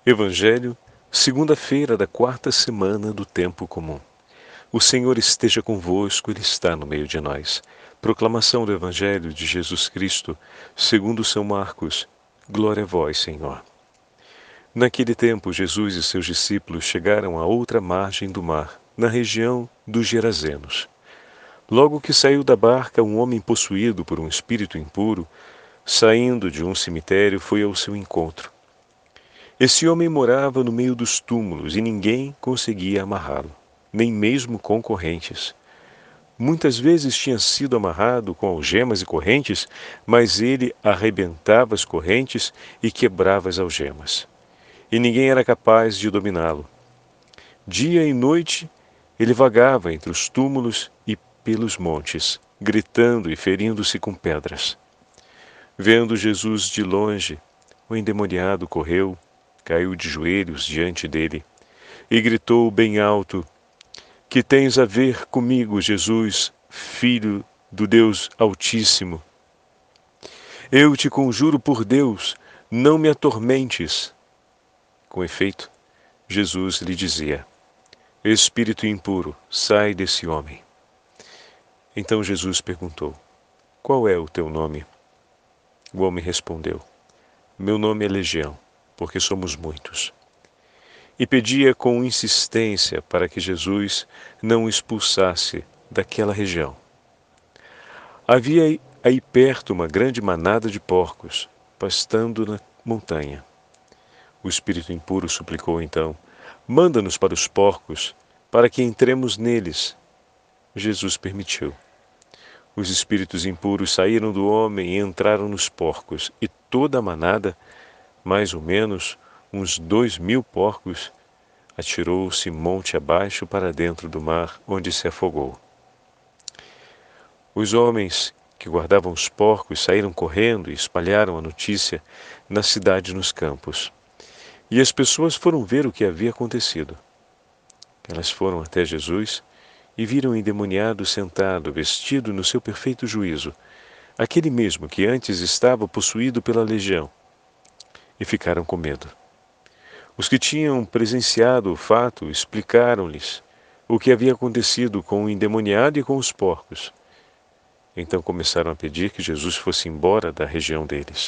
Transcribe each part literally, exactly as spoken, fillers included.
Evangelho, segunda-feira da quarta semana do tempo comum. O Senhor esteja convosco, Ele está no meio de nós. Proclamação do Evangelho de Jesus Cristo, segundo São Marcos. Glória a vós, Senhor. Naquele tempo, Jesus e seus discípulos chegaram à outra margem do mar, na região dos Gerazenos. Logo que saiu da barca, um homem possuído por um espírito impuro, saindo de um cemitério, foi ao seu encontro. Esse homem morava no meio dos túmulos e ninguém conseguia amarrá-lo, nem mesmo com correntes. Muitas vezes tinha sido amarrado com algemas e correntes, mas ele arrebentava as correntes e quebrava as algemas. E ninguém era capaz de dominá-lo. Dia e noite ele vagava entre os túmulos e pelos montes, gritando e ferindo-se com pedras. Vendo Jesus de longe, o endemoniado correu, caiu de joelhos diante dele e gritou bem alto: Que tens a ver comigo, Jesus, Filho do Deus Altíssimo? Eu te conjuro por Deus, não me atormentes. Com efeito, Jesus lhe dizia: Espírito impuro, sai desse homem. Então Jesus perguntou: Qual é o teu nome? O homem respondeu: Meu nome é Legião, porque somos muitos. E pedia com insistência para que Jesus não o expulsasse daquela região. Havia aí perto uma grande manada de porcos, pastando na montanha. O espírito impuro suplicou então: Manda-nos para os porcos, para que entremos neles. Jesus permitiu. Os espíritos impuros saíram do homem e entraram nos porcos, e toda a manada, mais ou menos uns dois mil porcos, atirou-se monte abaixo para dentro do mar, onde se afogou. Os homens que guardavam os porcos saíram correndo e espalharam a notícia na cidade e nos campos. E as pessoas foram ver o que havia acontecido. Elas foram até Jesus e viram o endemoniado sentado, vestido no seu perfeito juízo, aquele mesmo que antes estava possuído pela legião, e ficaram com medo. Os que tinham presenciado o fato explicaram-lhes o que havia acontecido com o endemoniado e com os porcos. Então começaram a pedir que Jesus fosse embora da região deles.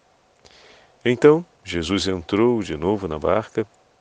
Então Jesus entrou de novo na barca,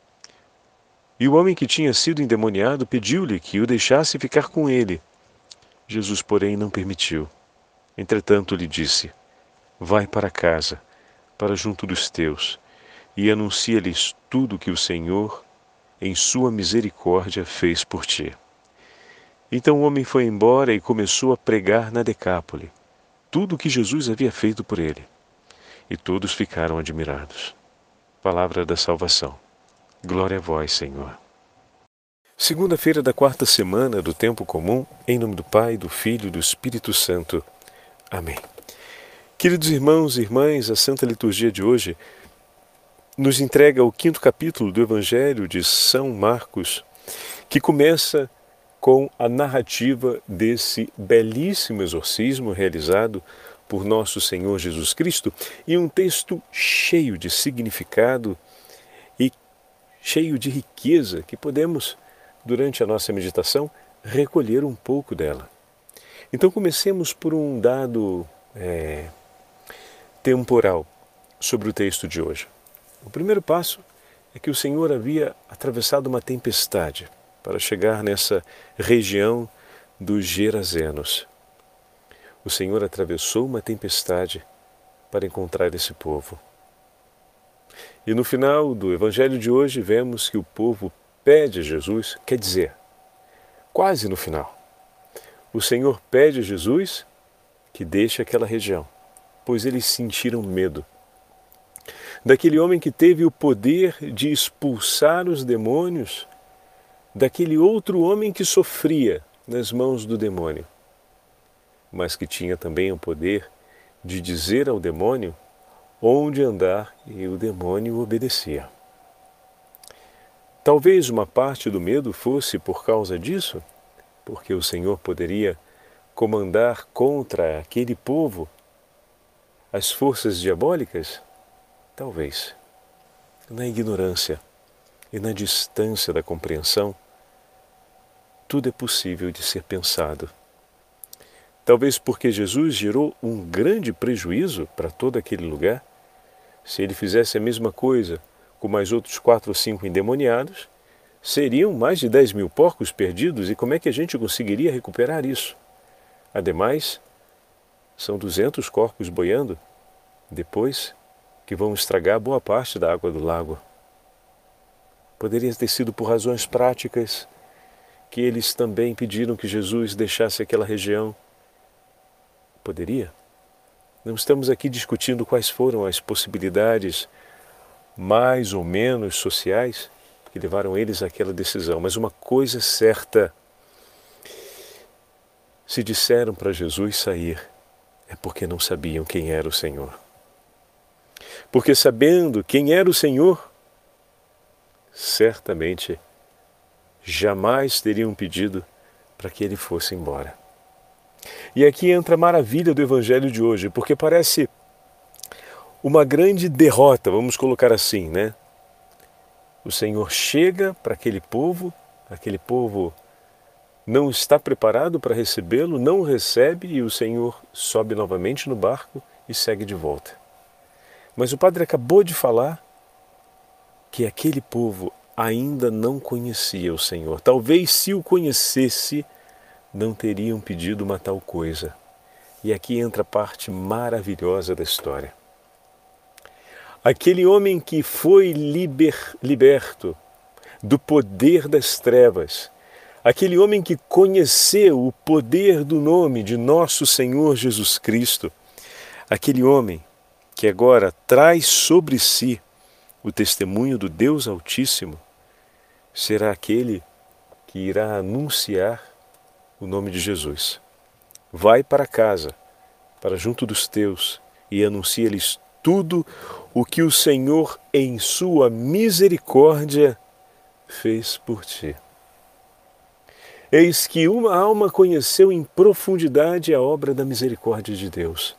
e o homem que tinha sido endemoniado pediu-lhe que o deixasse ficar com ele. Jesus, porém, não permitiu. Entretanto lhe disse: Vai para casa, para junto dos teus, e anuncia-lhes tudo o que o Senhor, em sua misericórdia, fez por ti. Então o homem foi embora e começou a pregar na Decápole tudo o que Jesus havia feito por ele. E todos ficaram admirados. Palavra da salvação. Glória a vós, Senhor. Segunda-feira da quarta semana do tempo comum, em nome do Pai, do Filho e do Espírito Santo. Amém. Queridos irmãos e irmãs, a Santa Liturgia de hoje nos entrega o quinto capítulo do Evangelho de São Marcos, que começa com a narrativa desse belíssimo exorcismo realizado por nosso Senhor Jesus Cristo, e um texto cheio de significado e cheio de riqueza que podemos, durante a nossa meditação, recolher um pouco dela. Então comecemos por um dado é, temporal sobre o texto de hoje. O primeiro passo é que o Senhor havia atravessado uma tempestade para chegar nessa região dos Gerazenos. O Senhor atravessou uma tempestade para encontrar esse povo. E no final do Evangelho de hoje vemos que o povo pede a Jesus, quer dizer, quase no final, o Senhor pede a Jesus que deixe aquela região, pois eles sentiram medo daquele homem que teve o poder de expulsar os demônios, daquele outro homem que sofria nas mãos do demônio, mas que tinha também o poder de dizer ao demônio onde andar, e o demônio obedecia. Talvez uma parte do medo fosse por causa disso, porque o Senhor poderia comandar contra aquele povo as forças diabólicas? Talvez. na ignorância e na distância da compreensão, tudo é possível de ser pensado. Talvez porque Jesus gerou um grande prejuízo para todo aquele lugar. Se ele fizesse a mesma coisa com mais outros quatro ou cinco endemoniados, seriam mais de dez mil porcos perdidos, e como é que a gente conseguiria recuperar isso? Ademais, são duzentos corpos boiando, depois que vão estragar boa parte da água do lago. Poderia ter sido por razões práticas que eles também pediram que Jesus deixasse aquela região. Poderia. Não estamos aqui discutindo quais foram as possibilidades mais ou menos sociais que levaram eles àquela decisão, mas uma coisa certa: se disseram para Jesus sair, é porque não sabiam quem era o Senhor. Porque sabendo quem era o Senhor, certamente jamais teriam pedido para que ele fosse embora. E aqui entra a maravilha do Evangelho de hoje, porque parece uma grande derrota, vamos colocar assim, né? O Senhor chega para aquele povo, aquele povo não está preparado para recebê-lo, não o recebe, e o Senhor sobe novamente no barco e segue de volta. Mas o padre acabou de falar que aquele povo ainda não conhecia o Senhor. Talvez, se o conhecesse, não teriam pedido uma tal coisa. E aqui entra a parte maravilhosa da história. Aquele homem que foi liber, liberto do poder das trevas, aquele homem que conheceu o poder do nome de nosso Senhor Jesus Cristo, aquele homem que agora traz sobre si o testemunho do Deus Altíssimo, será aquele que irá anunciar o nome de Jesus. Vai para casa, para junto dos teus, e anuncia-lhes tudo o que o Senhor, em sua misericórdia, fez por ti. Eis que uma alma conheceu em profundidade a obra da misericórdia de Deus.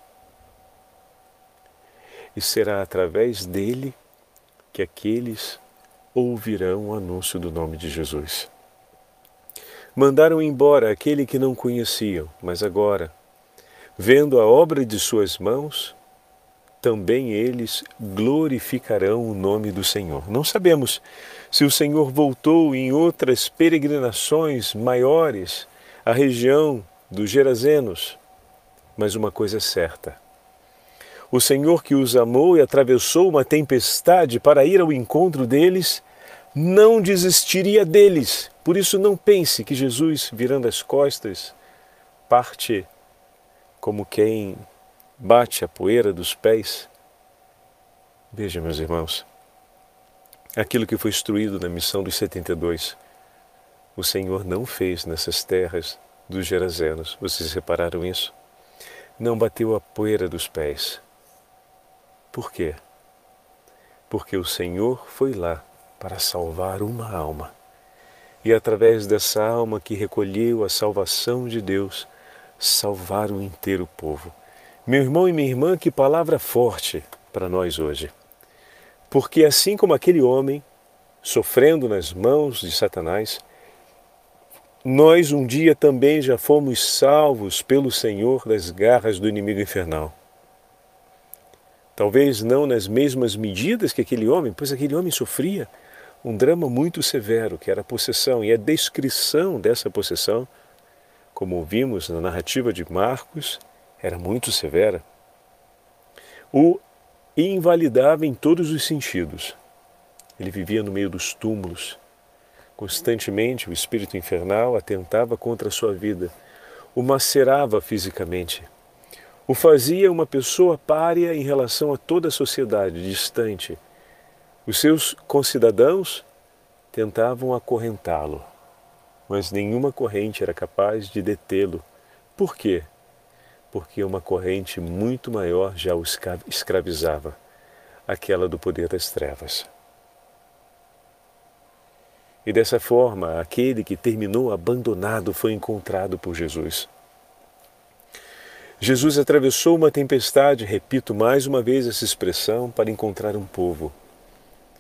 E será através dele que aqueles ouvirão o anúncio do nome de Jesus. Mandaram embora aquele que não conheciam, mas agora, vendo a obra de suas mãos, também eles glorificarão o nome do Senhor. Não sabemos se o Senhor voltou em outras peregrinações maiores à região dos Gerazenos, mas uma coisa é certa: o Senhor que os amou e atravessou uma tempestade para ir ao encontro deles, não desistiria deles. Por isso não pense que Jesus, virando as costas, parte como quem bate a poeira dos pés. Veja, meus irmãos, aquilo que foi instruído na missão dos setenta e dois, o Senhor não fez nessas terras dos Gerazenos. Vocês repararam isso? Não bateu a poeira dos pés. Por quê? Porque o Senhor foi lá para salvar uma alma. E através dessa alma que recolheu a salvação de Deus, salvar o inteiro povo. Meu irmão e minha irmã, que palavra forte para nós hoje. Porque assim como aquele homem, sofrendo nas mãos de Satanás, nós um dia também já fomos salvos pelo Senhor das garras do inimigo infernal. Talvez não nas mesmas medidas que aquele homem, pois aquele homem sofria um drama muito severo, que era a possessão, e a descrição dessa possessão, como ouvimos na narrativa de Marcos, era muito severa. O invalidava em todos os sentidos. Ele vivia no meio dos túmulos. Constantemente o espírito infernal atentava contra a sua vida, o macerava fisicamente, o fazia uma pessoa pária em relação a toda a sociedade, distante. Os seus concidadãos tentavam acorrentá-lo, mas nenhuma corrente era capaz de detê-lo. Por quê? Porque uma corrente muito maior já o escravizava, aquela do poder das trevas. E dessa forma, aquele que terminou abandonado foi encontrado por Jesus. Jesus atravessou uma tempestade, repito mais uma vez essa expressão, para encontrar um povo.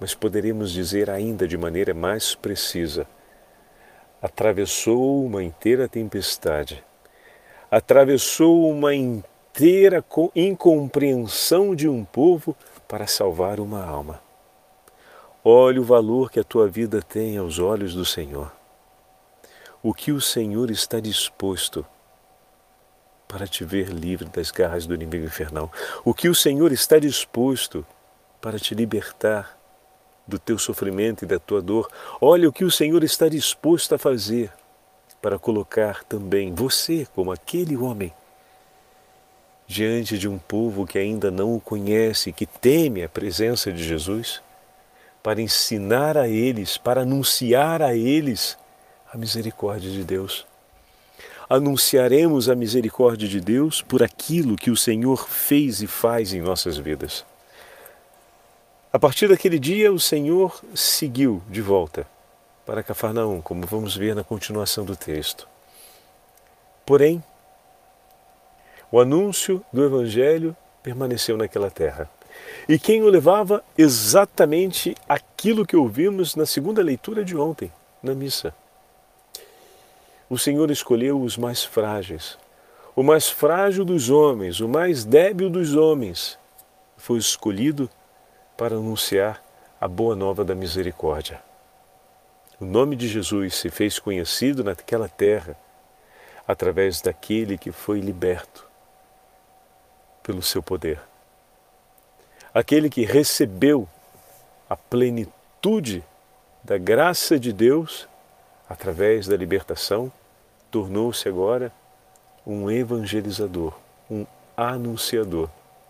mas poderemos dizer ainda de maneira mais precisa: atravessou uma inteira tempestade, atravessou uma inteira incompreensão de um povo para salvar uma alma. Olha o valor que a tua vida tem aos olhos do Senhor. O que o Senhor está disposto para te ver livre das garras do inimigo infernal. O que o Senhor está disposto para te libertar do teu sofrimento e da tua dor. Olha o que o Senhor está disposto a fazer para colocar também você, como aquele homem, diante de um povo que ainda não o conhece, que teme a presença de Jesus, para ensinar a eles, para anunciar a eles a misericórdia de Deus. Anunciaremos a misericórdia de Deus por aquilo que o Senhor fez e faz em nossas vidas. A partir daquele dia, o Senhor seguiu de volta para Cafarnaum, como vamos ver na continuação do texto. Porém, o anúncio do Evangelho permaneceu naquela terra. E quem o levava? Exatamente aquilo que ouvimos na segunda leitura de ontem, na missa. O Senhor escolheu os mais frágeis, o mais frágil dos homens, o mais débil dos homens, foi escolhido para anunciar a boa nova da misericórdia. O nome de Jesus se fez conhecido naquela terra através daquele que foi liberto pelo seu poder. Aquele que recebeu a plenitude da graça de Deus através da libertação, tornou-se agora um evangelizador, um anunciador.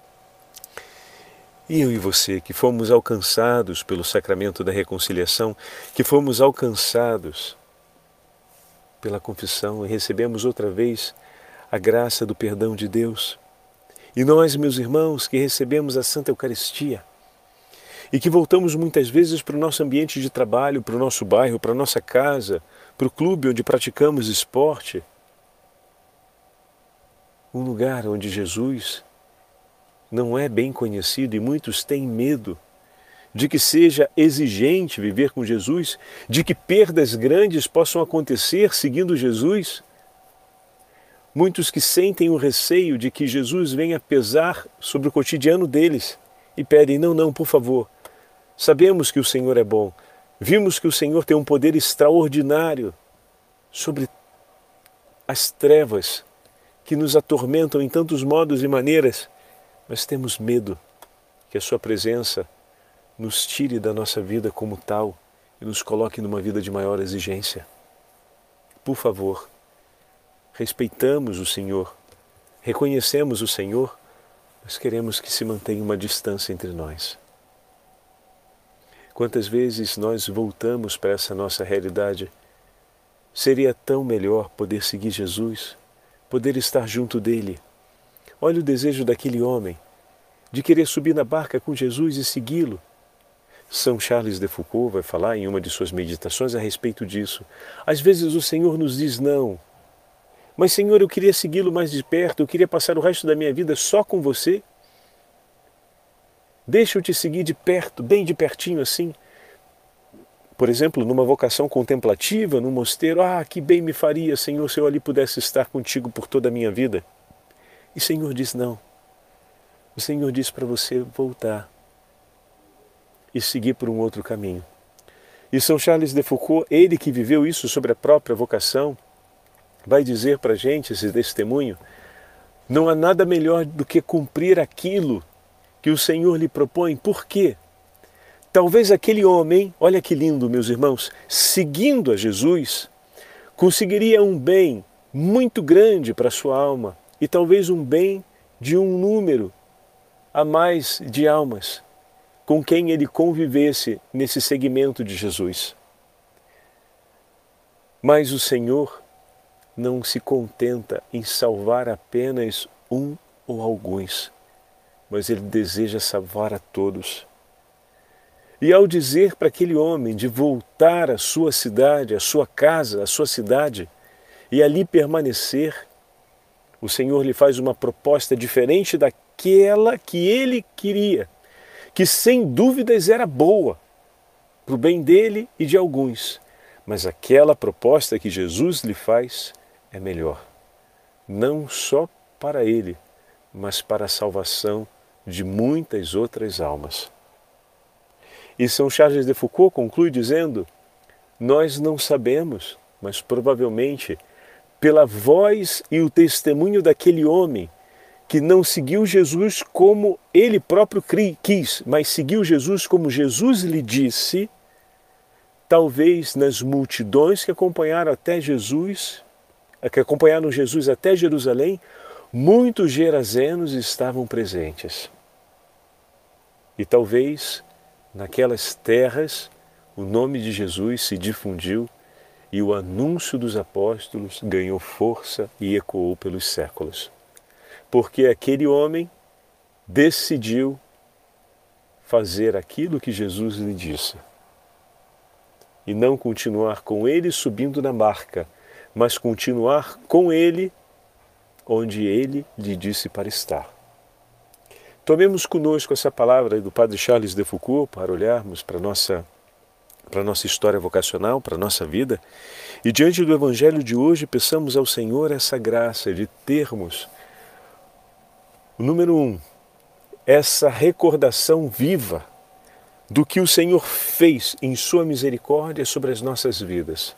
E eu e você, que fomos alcançados pelo sacramento da reconciliação, que fomos alcançados pela confissão e recebemos outra vez a graça do perdão de Deus. E nós, meus irmãos, que recebemos a Santa Eucaristia e que voltamos muitas vezes para o nosso ambiente de trabalho, para o nosso bairro, para a nossa casa, para o clube onde praticamos esporte, um lugar onde Jesus não é bem conhecido e muitos têm medo de que seja exigente viver com Jesus, de que perdas grandes possam acontecer seguindo Jesus. Muitos que sentem o receio de que Jesus venha pesar sobre o cotidiano deles e pedem, não, não, por favor, sabemos que o Senhor é bom, vimos que o Senhor tem um poder extraordinário sobre as trevas que nos atormentam em tantos modos e maneiras, mas temos medo que a sua presença nos tire da nossa vida como tal e nos coloque numa vida de maior exigência. Por favor, respeitamos o Senhor, reconhecemos o Senhor, mas queremos que se mantenha uma distância entre nós. Quantas vezes nós voltamos para essa nossa realidade? Seria tão melhor poder seguir Jesus, poder estar junto dele. Olha o desejo daquele homem, de querer subir na barca com Jesus e segui-lo. São Charles de Foucault vai falar em uma de suas meditações a respeito disso. Às vezes o Senhor nos diz não. Mas Senhor, eu queria segui-lo mais de perto, eu queria passar o resto da minha vida só com você. Deixa eu te seguir de perto, bem de pertinho assim. Por exemplo, numa vocação contemplativa, num mosteiro, ah, que bem me faria, Senhor, se eu ali pudesse estar contigo por toda a minha vida. E o Senhor diz não. O Senhor diz para você voltar e seguir por um outro caminho. E São Charles de Foucault, ele que viveu isso sobre a própria vocação, vai dizer para a gente esse testemunho, não há nada melhor do que cumprir aquilo que o Senhor lhe propõe. Por quê? Talvez aquele homem, olha que lindo, meus irmãos, seguindo a Jesus, conseguiria um bem muito grande para a sua alma e talvez um bem de um número a mais de almas com quem ele convivesse nesse segmento de Jesus. Mas o Senhor não se contenta em salvar apenas um ou alguns, mas Ele deseja salvar a todos. E ao dizer para aquele homem de voltar à sua cidade, à sua casa, à sua cidade, e ali permanecer, o Senhor lhe faz uma proposta diferente daquela que ele queria, que sem dúvidas era boa, para o bem dele e de alguns, mas aquela proposta que Jesus lhe faz é melhor, não só para ele, mas para a salvação de muitas outras almas. E São Charles de Foucault conclui dizendo: nós não sabemos, mas provavelmente pela voz e o testemunho daquele homem que não seguiu Jesus como ele próprio quis, mas seguiu Jesus como Jesus lhe disse, talvez nas multidões que acompanharam até Jesus, que acompanharam Jesus até Jerusalém, muitos gerazenos estavam presentes. E talvez naquelas terras o nome de Jesus se difundiu e o anúncio dos apóstolos ganhou força e ecoou pelos séculos. Porque aquele homem decidiu fazer aquilo que Jesus lhe disse. E não continuar com ele subindo na barca, mas continuar com ele onde ele lhe disse para estar. Tomemos conosco essa palavra do Padre Charles de Foucault para olharmos para a nossa, para a nossa história vocacional, para a nossa vida, e diante do Evangelho de hoje peçamos ao Senhor essa graça de termos, número um, essa recordação viva do que o Senhor fez em sua misericórdia sobre as nossas vidas.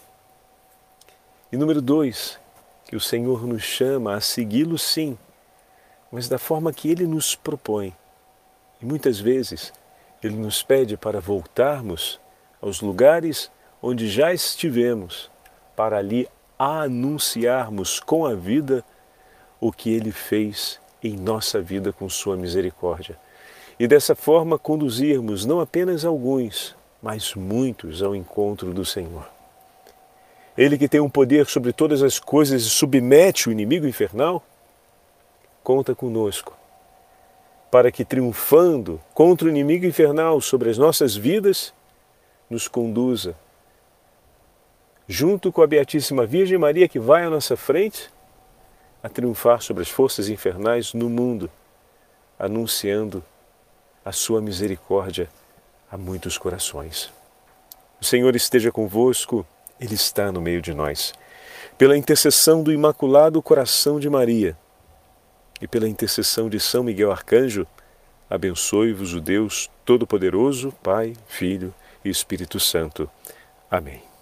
E número dois, que o Senhor nos chama a segui-lo sim, mas da forma que Ele nos propõe. E muitas vezes Ele nos pede para voltarmos aos lugares onde já estivemos, para ali anunciarmos com a vida o que Ele fez em nossa vida com sua misericórdia. E dessa forma conduzirmos não apenas alguns, mas muitos ao encontro do Senhor. Ele que tem um poder sobre todas as coisas e submete o inimigo infernal, conta conosco, para que triunfando contra o inimigo infernal sobre as nossas vidas, nos conduza, junto com a Beatíssima Virgem Maria que vai à nossa frente, a triunfar sobre as forças infernais no mundo, anunciando a sua misericórdia a muitos corações. O Senhor esteja convosco, Ele está no meio de nós. Pela intercessão do Imaculado Coração de Maria e pela intercessão de São Miguel Arcanjo, abençoe-vos o Deus Todo-Poderoso, Pai, Filho e Espírito Santo. Amém.